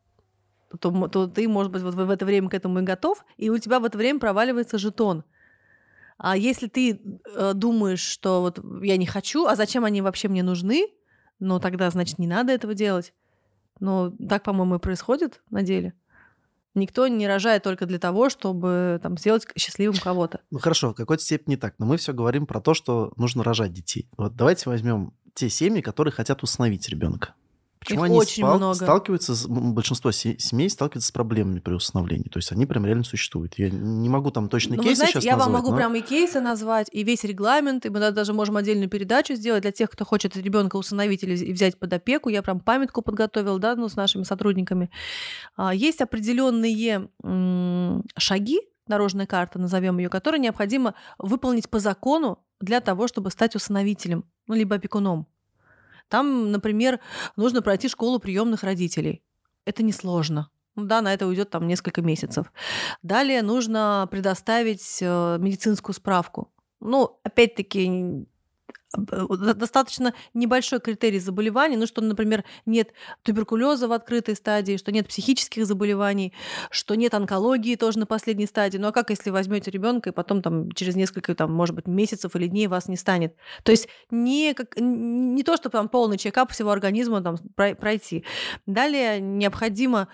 A: то ты, может быть, вот в это время к этому и готов, и у тебя в это время проваливается жетон. А если ты думаешь, что вот я не хочу, а зачем они вообще мне нужны, тогда, значит, не надо этого делать. Так, по-моему, и происходит на деле. Никто не рожает только для того, чтобы там, сделать счастливым кого-то.
C: Хорошо, в какой-то степени так, но мы все говорим про то, что нужно рожать детей. Вот давайте возьмем те семьи, которые хотят усыновить ребенка. Почему они сталкиваются, большинство семей сталкиваются с проблемами при усыновлении? То есть они прям реально существуют. Я не могу там точно кейсы сейчас назвать.
A: Я вам могу прям и кейсы назвать, и весь регламент, и мы даже можем отдельную передачу сделать для тех, кто хочет ребенка усыновить или взять под опеку. Я прям памятку подготовила, да, с нашими сотрудниками. Есть определенные шаги, дорожная карта, назовем ее, которые необходимо выполнить по закону для того, чтобы стать усыновителем, либо опекуном. Там, например, нужно пройти школу приемных родителей. Это несложно. На это уйдет там несколько месяцев. Далее нужно предоставить медицинскую справку. Опять-таки, достаточно небольшой критерий заболеваний, что, например, нет туберкулеза в открытой стадии, что нет психических заболеваний, что нет онкологии тоже на последней стадии. А как, если возьмете ребенка и потом там, через несколько, может быть, месяцев или дней вас не станет? То есть не то, чтобы там полный чекап всего организма там, пройти. Далее необходимо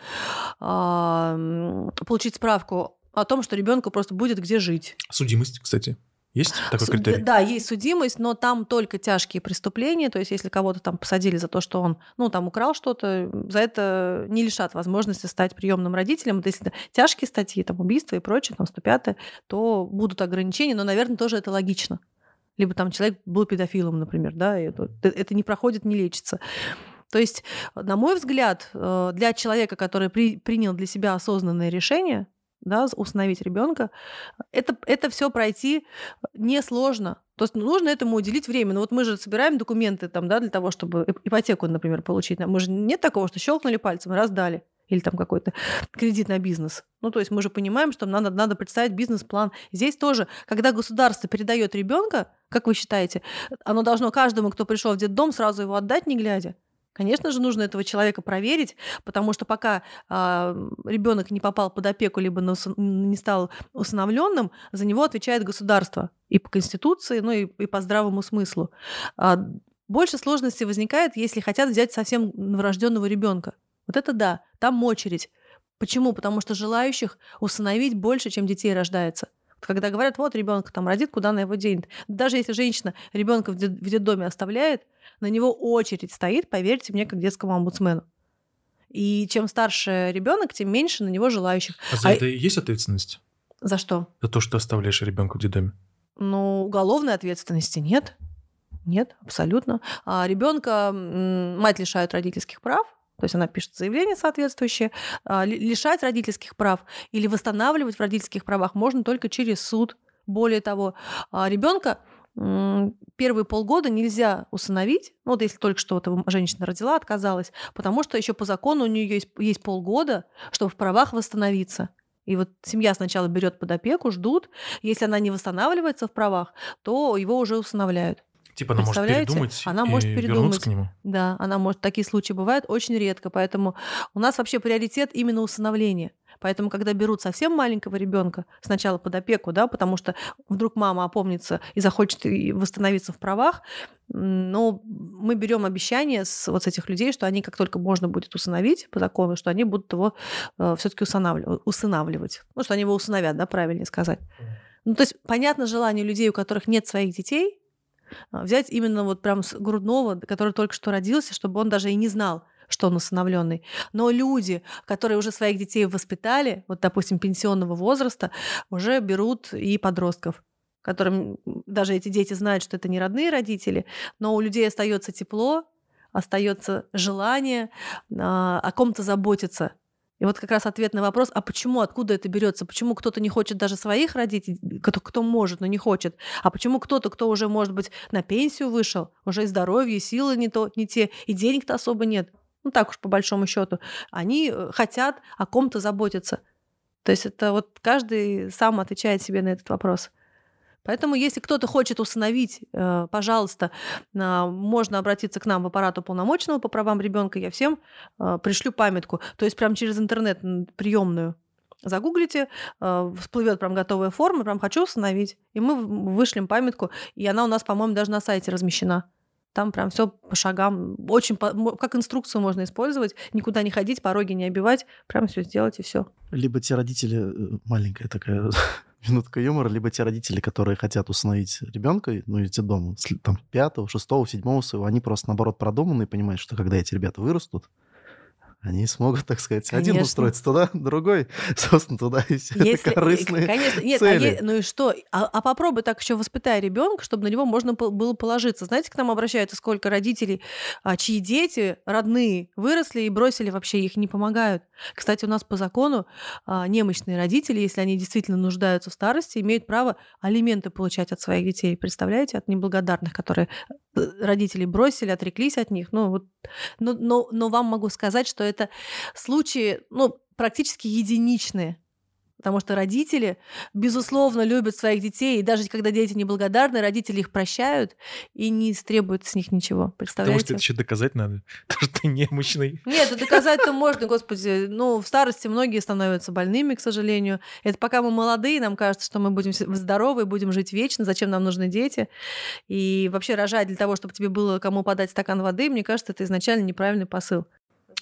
A: получить справку о том, что ребенку просто будет где жить.
B: Судимость, кстати. Есть такой критерий?
A: Да, есть судимость, но там только тяжкие преступления. То есть если кого-то там посадили за то, что он, там украл что-то, за это не лишат возможности стать приемным родителем. Вот если тяжкие статьи, там убийство и прочее, там 105, то будут ограничения, но, наверное, тоже это логично. Либо там человек был педофилом, например, да, и это не проходит, не лечится. То есть, на мой взгляд, для человека, который принял для себя осознанное решение, да, усыновить ребенка, это все пройти несложно. То есть нужно этому уделить время. Ну вот мы же собираем документы там, да, для того, чтобы ипотеку, например, получить. Мы же нет такого, что щелкнули пальцем и раздали. Или там какой-то кредит на бизнес. То есть мы же понимаем, что надо представить бизнес-план. Здесь тоже, когда государство передает ребенка, как вы считаете, оно должно каждому, кто пришел в детдом, сразу его отдать, не глядя? Конечно же, нужно этого человека проверить, потому что пока ребенок не попал под опеку, либо не стал усыновленным, за него отвечает государство и по Конституции, и по здравому смыслу. Больше сложностей возникает, если хотят взять совсем новорожденного ребенка. Вот это да, там очередь. Почему? Потому что желающих усыновить больше, чем детей рождается. Когда говорят, вот ребенка там родит, куда она его денет. Даже если женщина ребенка в детдоме оставляет, на него очередь стоит, поверьте мне, как детскому омбудсмену. И чем старше ребенок, тем меньше на него желающих.
B: А за это есть ответственность?
A: За что?
B: За то, что оставляешь ребенка в детдоме?
A: Уголовной ответственности нет. Нет, абсолютно. А ребенка мать лишает родительских прав. То есть она пишет заявление соответствующее. Лишать родительских прав или восстанавливать в родительских правах можно только через суд. Более того, ребенка первые полгода нельзя усыновить, если только что женщина родила, отказалась, потому что еще по закону у нее есть полгода, чтобы в правах восстановиться. И вот семья сначала берет под опеку, ждут. Если она не восстанавливается в правах, то его уже усыновляют.
B: Типа она может передумать вернуться к нему?
A: Да, она может. Такие случаи бывают очень редко. Поэтому у нас вообще приоритет именно усыновление. Поэтому, когда берут совсем маленького ребенка сначала под опеку, да, потому что вдруг мама опомнится и захочет восстановиться в правах, но мы берем обещание с этих людей, что они, как только можно будет усыновить по закону, что они будут его все-таки усыновливать. Что они его усыновят, да, правильнее сказать. То есть понятно желание людей, у которых нет своих детей, взять именно прям с грудного, который только что родился, чтобы он даже и не знал, что он усыновленный. Но люди, которые уже своих детей воспитали, допустим, пенсионного возраста, уже берут и подростков, которым даже эти дети знают, что это не родные родители, но у людей остается тепло, остается желание о ком-то заботиться. И как раз ответ на вопрос, а почему, откуда это берется, почему кто-то не хочет даже своих родителей, кто может, но не хочет, а почему кто-то, кто уже, может быть, на пенсию вышел, уже и здоровье, и силы не те, и денег-то особо нет, так уж по большому счету, они хотят о ком-то заботиться. То есть это каждый сам отвечает себе на этот вопрос. Поэтому, если кто-то хочет усыновить, пожалуйста, можно обратиться к нам в аппарат уполномоченного по правам ребенка. Я всем пришлю памятку. То есть прям через интернет приемную загуглите, всплывет прям готовая форма, прям хочу усыновить. И мы вышлем памятку, и она у нас, по-моему, даже на сайте размещена. Там прям все по шагам. Очень как инструкцию можно использовать. Никуда не ходить, пороги не обивать. Прям все сделать, и все.
C: Либо те родители, маленькая такая минутка юмора, либо те родители, которые хотят усыновить ребенка, из детдома, там, 5-го, 6-го, 7-го своего, они просто, наоборот, продуманы и понимают, что когда эти ребята вырастут, они смогут, так сказать,
A: Конечно.
C: один устроиться туда, другой, собственно, туда, и все это корыстные
A: Конечно. Нет,
C: цели.
A: Ну и что? А попробуй так еще воспитай ребенка, чтобы на него можно было положиться. Знаете, к нам обращаются сколько родителей, чьи дети родные выросли и бросили, вообще их не помогают. Кстати, у нас по закону немощные родители, если они действительно нуждаются в старости, имеют право алименты получать от своих детей. Представляете? От неблагодарных, которые родители бросили, отреклись от них. Но вам могу сказать, что это случаи практически единичные. Потому что родители, безусловно, любят своих детей, и даже когда дети неблагодарны, родители их прощают и не требуют с них ничего. Представляете?
B: Потому что это еще доказать надо, что ты немощный.
A: Нет, доказать-то можно, господи. В старости многие становятся больными, к сожалению. Это пока мы молодые, нам кажется, что мы будем здоровы, будем жить вечно, зачем нам нужны дети. И вообще рожать для того, чтобы тебе было кому подать стакан воды, мне кажется, это изначально неправильный посыл.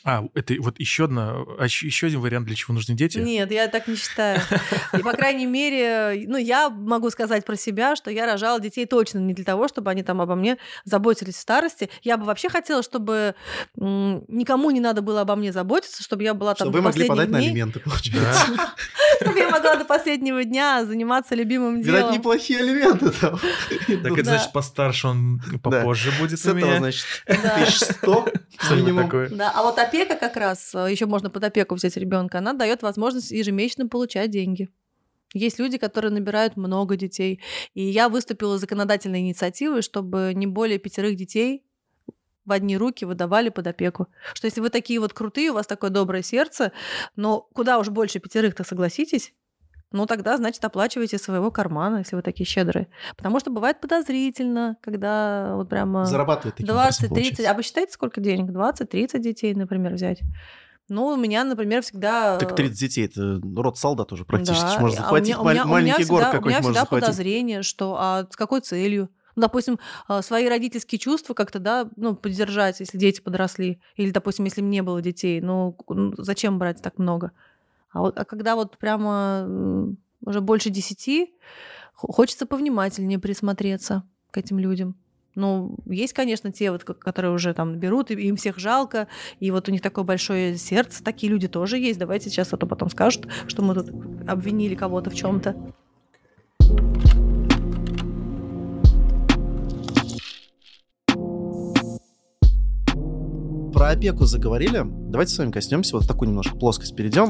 B: Это вот еще один вариант, для чего нужны дети?
A: Нет, я так не считаю. И, по крайней мере, я могу сказать про себя, что я рожала детей точно не для того, чтобы они там обо мне заботились в старости. Я бы вообще хотела, чтобы никому не надо было обо мне заботиться, чтобы я была там
C: до последних дней. Чтобы вы могли подать на алименты, получается.
A: Чтобы я могла до последнего дня заниматься любимым делом.
C: Видать, неплохие алименты там.
B: Так это значит, постарше он попозже будет у меня.
C: С этого, значит, 1100 минимум.
A: Да, а вот опека как раз, еще можно под опеку взять ребенка, она дает возможность ежемесячно получать деньги. Есть люди, которые набирают много детей. И я выступила с законодательной инициативой, чтобы не более 5 детей в одни руки выдавали под опеку. Что если вы такие вот крутые, у вас такое доброе сердце, но куда уж больше 5-то, согласитесь? Тогда, значит, оплачивайте своего кармана, если вы такие щедрые. Потому что бывает подозрительно, когда вот прямо...
C: Зарабатывает таким
A: 20-30... А вы считаете, сколько денег? 20-30 детей, например, взять? У меня, например, всегда...
C: Так 30 детей, это род солдат уже практически.
A: Да.
C: Можно захватить маленький город какой-нибудь.
A: У меня всегда
C: захватить.
A: Подозрение, что с какой целью? Допустим, свои родительские чувства как-то, поддержать, если дети подросли. Или, допустим, если мне было детей. Зачем брать так много? А когда вот прямо уже больше 10, хочется повнимательнее присмотреться к этим людям. Есть, конечно, те, вот, которые уже там берут, и им всех жалко, и вот у них такое большое сердце. Такие люди тоже есть. Давайте сейчас, а то потом скажут, что мы тут обвинили кого-то в чем-то.
C: Про опеку заговорили. Давайте с вами коснемся, вот в такую немножко плоскость перейдем.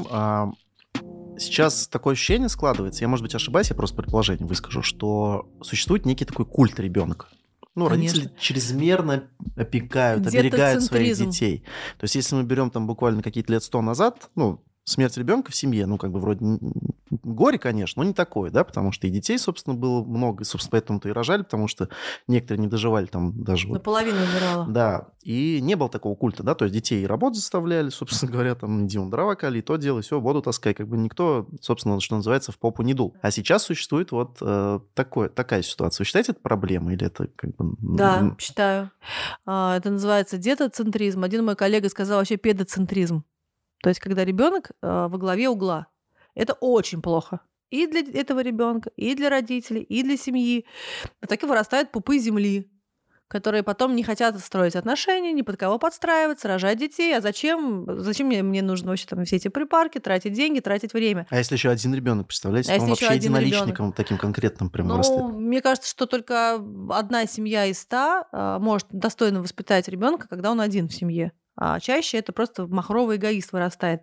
C: Сейчас такое ощущение складывается, я, может быть, ошибаюсь, я просто предположение выскажу, что существует некий такой культ ребенка. Родители чрезмерно опекают, оберегают своих детей. То есть, если мы берем там буквально какие-то лет 100 назад, смерть ребенка в семье, вроде горе, конечно, но не такое, да, потому что и детей, собственно, было много, и, собственно, поэтому-то и рожали, потому что некоторые не доживали там даже...
A: Наполовину умирала.
C: Да, и не было такого культа, да, то есть детей и работу заставляли, собственно говоря, там, иди дрова кали, то делай, все, воду таскай, никто, собственно, что называется, в попу не дул. А сейчас существует вот такая ситуация. Вы считаете это проблемой или это
A: Да, считаю. Это называется детоцентризм. Один мой коллега сказал вообще педоцентризм. То есть, когда ребенок во главе угла, это очень плохо. И для этого ребенка, и для родителей, и для семьи. Так и вырастают пупы земли, которые потом не хотят строить отношения, ни под кого подстраиваться, рожать детей. А зачем мне нужно вообще там все эти припарки, тратить деньги, тратить время?
C: А если еще один ребенок, представляете? Он вообще единоличником таким конкретным прям вырастает.
A: Мне кажется, что только одна семья из 100 может достойно воспитать ребенка, когда он один в семье. А чаще это просто махровый эгоист вырастает.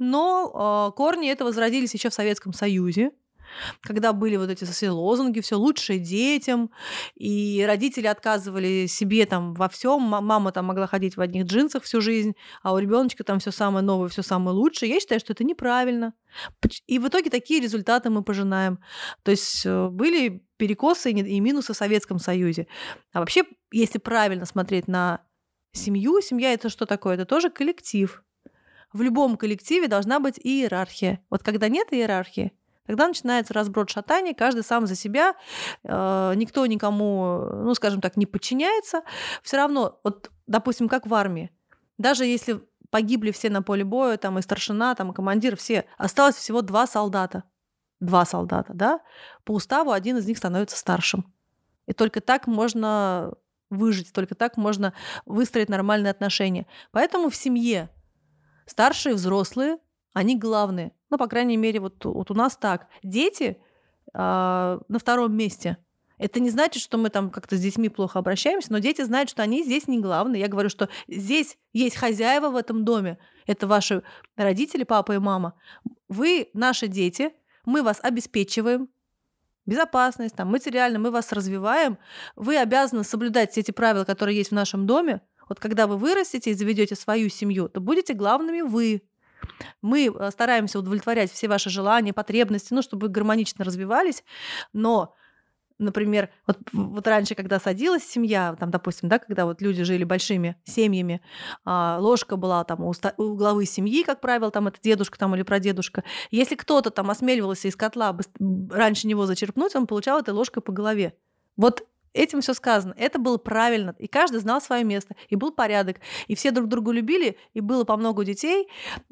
A: Но корни этого зародились еще в Советском Союзе, когда были вот эти все лозунги, все лучшее детям, и родители отказывали себе там во всем. Мама там могла ходить в одних джинсах всю жизнь, а у ребеночка там все самое новое, все самое лучшее. Я считаю, что это неправильно. И в итоге такие результаты мы пожинаем. То есть были перекосы и минусы в Советском Союзе. А вообще, если правильно смотреть на семью, семья — это что такое? Это тоже коллектив. В любом коллективе должна быть иерархия. Вот когда нет иерархии, тогда начинается разброд шатания, каждый сам за себя, никто никому, скажем так, не подчиняется. Все равно, вот, допустим, как в армии, даже если погибли все на поле боя, там и старшина, там и командир, все, осталось всего 2 солдата. 2 солдата, да? По уставу один из них становится старшим. И только так можно выжить, только так можно выстроить нормальные отношения. Поэтому в семье старшие, взрослые, они главные. По крайней мере, вот у нас так. Дети на втором месте. Это не значит, что мы там как-то с детьми плохо обращаемся, но дети знают, что они здесь не главные. Я говорю, что здесь есть хозяева в этом доме. Это ваши родители, папа и мама. Вы наши дети, мы вас обеспечиваем, безопасность, материально, мы вас развиваем. Вы обязаны соблюдать все эти правила, которые есть в нашем доме. Вот когда вы вырастете и заведете свою семью, то будете главными вы. Мы стараемся удовлетворять все ваши желания, потребности, чтобы вы гармонично развивались. Но, например, вот раньше, когда садилась семья, допустим, да, когда вот люди жили большими семьями, ложка была у главы семьи, как правило, это дедушка или прадедушка. Если кто-то осмеливался из котла раньше него зачерпнуть, он получал этой ложкой по голове. Вот этим все сказано. Это было правильно. И каждый знал свое место. И был порядок. И все друг друга любили. И было по много детей.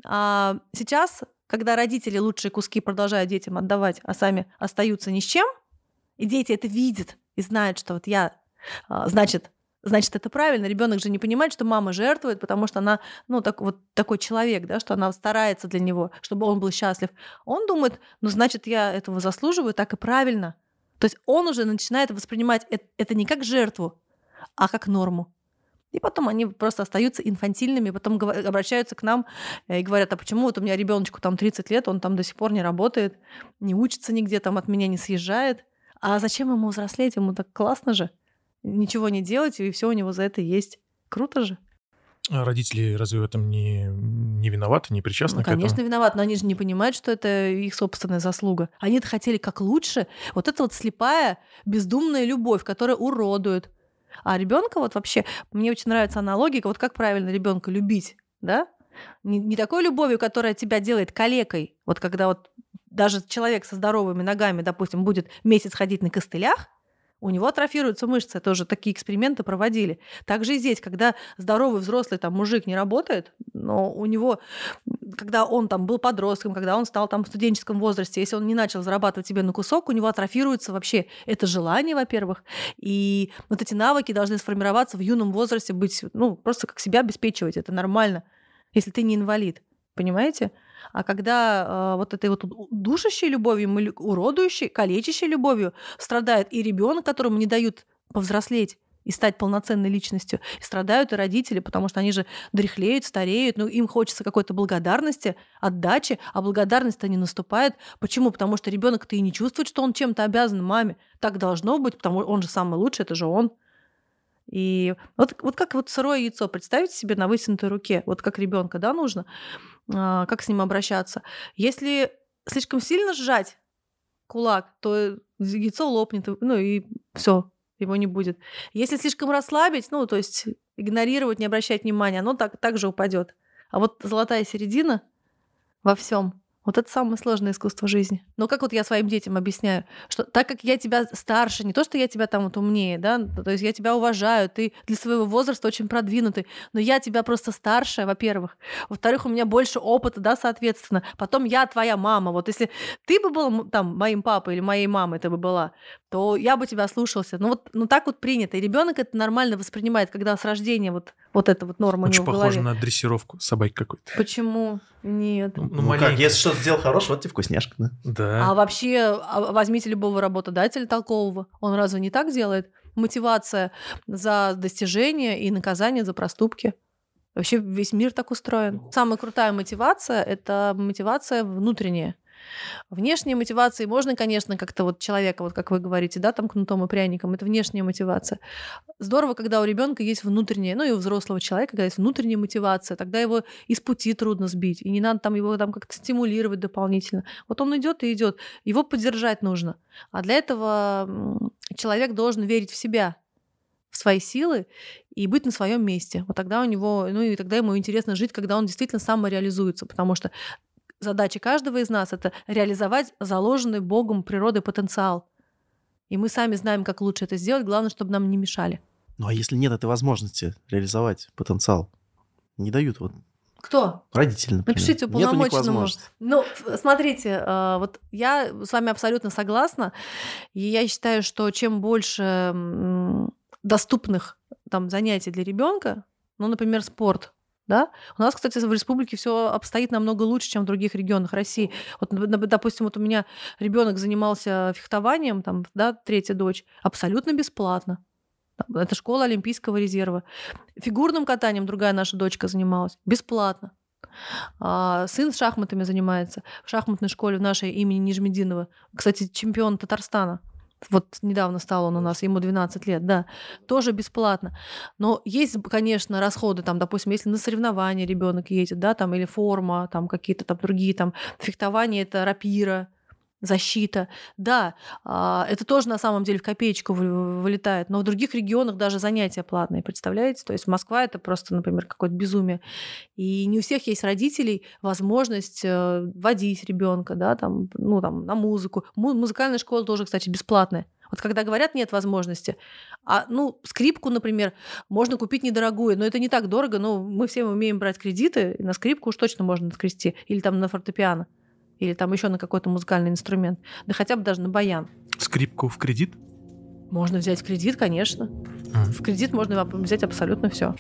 A: А сейчас, когда родители лучшие куски продолжают детям отдавать, а сами остаются ни с чем, и дети это видят и знают, что вот я, значит, это правильно. Ребенок же не понимает, что мама жертвует, потому что она, такой человек, да, что она старается для него, чтобы он был счастлив. Он думает, значит, я этого заслуживаю, так и правильно. То есть он уже начинает воспринимать это не как жертву, а как норму. И потом они просто остаются инфантильными, потом обращаются к нам и говорят, а почему вот у меня ребеночку там 30 лет, он там до сих пор не работает, не учится нигде, там от меня не съезжает. А зачем ему взрослеть? Ему так классно же. Ничего не делать, и все у него за это есть. Круто же.
B: А родители разве в этом не виноваты, не причастны к этому?
A: Конечно, виноваты, но они же не понимают, что это их собственная заслуга. Они-то хотели как лучше. Вот это вот слепая, бездумная любовь, которая уродует. А ребенка вот вообще, мне очень нравится аналогия, вот как правильно ребенка любить, да? Не такой любовью, которая тебя делает калекой. Вот когда вот даже человек со здоровыми ногами, допустим, будет месяц ходить на костылях, у него атрофируются мышцы. Это уже такие эксперименты проводили. Также и здесь, когда здоровый взрослый там, мужик не работает, но у него, когда он там был подростком, когда он стал там в студенческом возрасте, если он не начал зарабатывать себе на кусок, у него атрофируется вообще это желание, во-первых, и вот эти навыки должны сформироваться в юном возрасте, быть, просто как себя обеспечивать. Это нормально, если ты не инвалид. Понимаете? А когда вот этой вот душащей любовью, уродующей, калечащей любовью страдает и ребенок, которому не дают повзрослеть и стать полноценной личностью, и страдают и родители, потому что они же дряхлеют, стареют, им хочется какой-то благодарности, отдачи, а благодарность-то не наступает. Почему? Потому что ребенок-то и не чувствует, что он чем-то обязан маме. Так должно быть, потому что он же самый лучший, это же он. И вот как вот сырое яйцо представить себе на вытянутой руке, вот как ребенка, да, нужно, как с ним обращаться. Если слишком сильно сжать кулак, то яйцо лопнет, и все, его не будет. Если слишком расслабить, то есть игнорировать, не обращать внимания, оно так же упадет. А вот золотая середина во всем. Вот это самое сложное искусство жизни. Но как вот я своим детям объясняю, что так как я тебя старше, не то, что я тебя там вот умнее, да, то есть я тебя уважаю, ты для своего возраста очень продвинутый, но я тебя просто старше, во-первых. Во-вторых, у меня больше опыта, да, соответственно. Потом я твоя мама. Вот если ты бы был там моим папой или моей мамой ты бы была, то я бы тебя слушался. Так вот принято. И ребенок это нормально воспринимает, когда с рождения вот эта вот норма у него в голове.
B: Очень похоже на дрессировку собаки какой-то.
A: Почему? Нет.
C: Как, если что-то сделал хорошее, вот тебе вкусняшка, да?
B: Да.
A: А вообще, возьмите любого работодателя толкового. Он разве не так делает? Мотивация за достижения и наказание за проступки. Вообще весь мир так устроен. Самая крутая мотивация – это мотивация внутренняя. Внешние мотивации можно, конечно, как-то вот человека, вот как вы говорите, да, там кнутом и пряником, это внешняя мотивация. Здорово, когда у ребенка есть внутренняя, и у взрослого человека, когда есть внутренняя мотивация, тогда его из пути трудно сбить, и не надо там его там как-то стимулировать дополнительно. Вот он идет и идет, его поддержать нужно. А для этого человек должен верить в себя, в свои силы и быть на своем месте. Вот тогда у него, и тогда ему интересно жить, когда он действительно самореализуется, потому что задача каждого из нас — это реализовать заложенный Богом природой потенциал. И мы сами знаем, как лучше это сделать. Главное, чтобы нам не мешали.
C: Ну, а если нет этой возможности реализовать потенциал? Не дают вот...
A: Кто?
C: Родители, например.
A: Напишите уполномоченному. Смотрите, вот я с вами абсолютно согласна. И я считаю, что чем больше доступных там занятий для ребенка, например, спорт, да? У нас, кстати, в республике все обстоит намного лучше, чем в других регионах России. Вот, допустим, у меня ребенок занимался фехтованием, там, да, третья дочь, абсолютно бесплатно. Это школа Олимпийского резерва. Фигурным катанием другая наша дочка занималась бесплатно. Сын с шахматами занимается в шахматной школе в нашей имени Нижмединова. Кстати, чемпион Татарстана. Вот недавно стал он у нас, ему 12 лет, да, тоже бесплатно. Но есть, конечно, расходы, там, допустим, если на соревнования ребенок едет, да, там, или форма, там, какие-то там другие, там, фехтование, это рапира, защита. Да, это тоже на самом деле в копеечку вылетает, но в других регионах даже занятия платные, представляете? То есть Москва — это просто, например, какое-то безумие. И не у всех есть родителей возможность водить ребенка, да, там, на музыку. Музыкальная школа тоже, кстати, бесплатная. Вот когда говорят, нет возможности. Скрипку, например, можно купить недорогую, но это не так дорого, но мы все умеем брать кредиты, и на скрипку уж точно можно наскрести. Или там на фортепиано, или там еще на какой-то музыкальный инструмент. Да хотя бы даже на баян.
B: Скрипку в кредит?
A: Можно взять кредит, конечно. В кредит можно взять абсолютно все.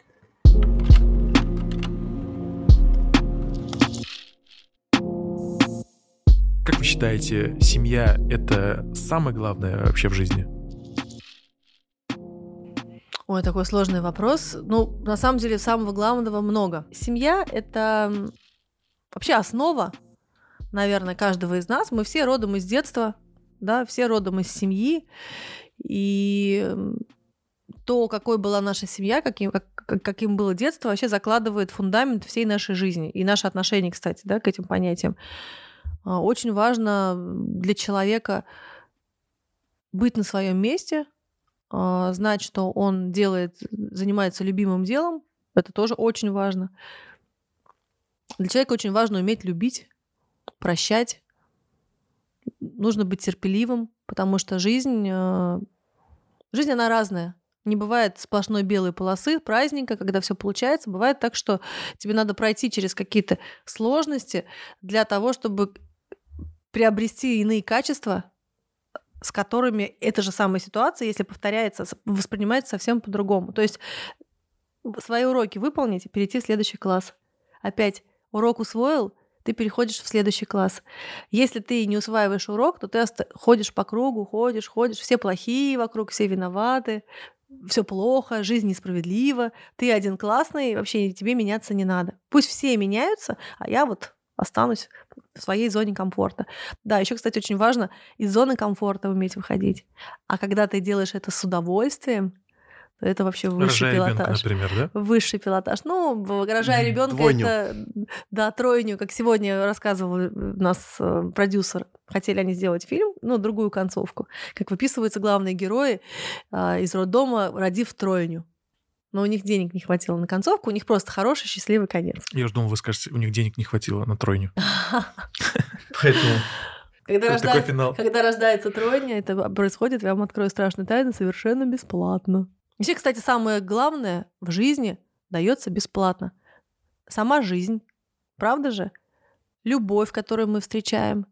B: Как вы считаете, семья — это самое главное вообще в жизни?
A: Ой, такой сложный вопрос. На самом деле, самого главного много. Семья — это вообще основа, наверное, каждого из нас. Мы все родом из детства, да, все родом из семьи. И то, какой была наша семья, каким было детство, вообще закладывает фундамент всей нашей жизни. И наше отношение, кстати, да, к этим понятиям. Очень важно для человека быть на своем месте, знать, что он занимается любимым делом. Это тоже очень важно. Для человека очень важно уметь любить, прощать. Нужно быть терпеливым, потому что жизнь, она разная. Не бывает сплошной белой полосы, праздника, когда все получается. Бывает так, что тебе надо пройти через какие-то сложности для того, чтобы приобрести иные качества, с которыми эта же самая ситуация, если повторяется, воспринимается совсем по-другому. То есть свои уроки выполнить и перейти в следующий класс. Опять урок усвоил, ты переходишь в следующий класс. Если ты не усваиваешь урок, то ты ходишь по кругу, ходишь, все плохие вокруг, все виноваты, все плохо, жизнь несправедлива, ты один классный, вообще тебе меняться не надо. Пусть все меняются, а я останусь в своей зоне комфорта. Да, еще, кстати, очень важно из зоны комфорта уметь выходить. А когда ты делаешь это с удовольствием, то это вообще высший пилотаж.
B: Рожая ребенка, например, да?
A: Высший пилотаж. Рожая ребенка это... Да, тройню, как сегодня рассказывал у нас продюсер. Хотели они сделать фильм, другую концовку. Как выписываются главные герои из роддома, родив тройню. Но у них денег не хватило на концовку, у них просто хороший, счастливый конец.
B: Я же думал, вы скажете, у них денег не хватило на тройню.
C: Поэтому...
A: Когда рождается тройня, это происходит, я вам открою страшную тайну, совершенно бесплатно. Вообще, кстати, самое главное в жизни дается бесплатно. Сама жизнь, правда же? Любовь, которую мы встречаем,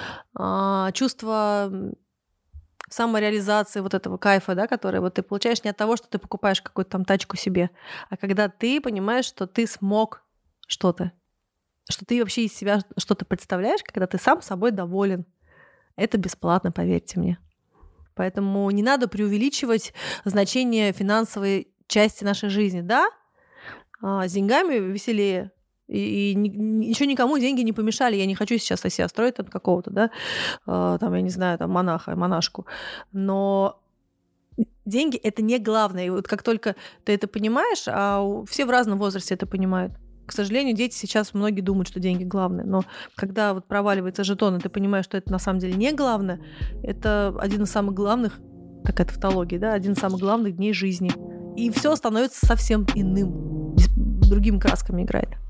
A: чувство самореализации этого кайфа, да, который ты получаешь не от того, что ты покупаешь какую-то там тачку себе, а когда ты понимаешь, что ты смог что-то, что ты вообще из себя что-то представляешь, когда ты сам собой доволен. Это бесплатно, поверьте мне. Поэтому не надо преувеличивать значение финансовой части нашей жизни. Да, с деньгами веселее. И ничего никому деньги не помешали. Я не хочу сейчас из себя строить какого-то, да, я не знаю, монаха, монашку. Но деньги — это не главное. И как только ты это понимаешь, все в разном возрасте это понимают. К сожалению, дети сейчас многие думают, что деньги главное. Но когда проваливается жетон, и ты понимаешь, что это на самом деле не главное, это один из самых главных, такая тавтология, да, один из самых главных дней жизни. И все становится совсем иным, другими красками играет.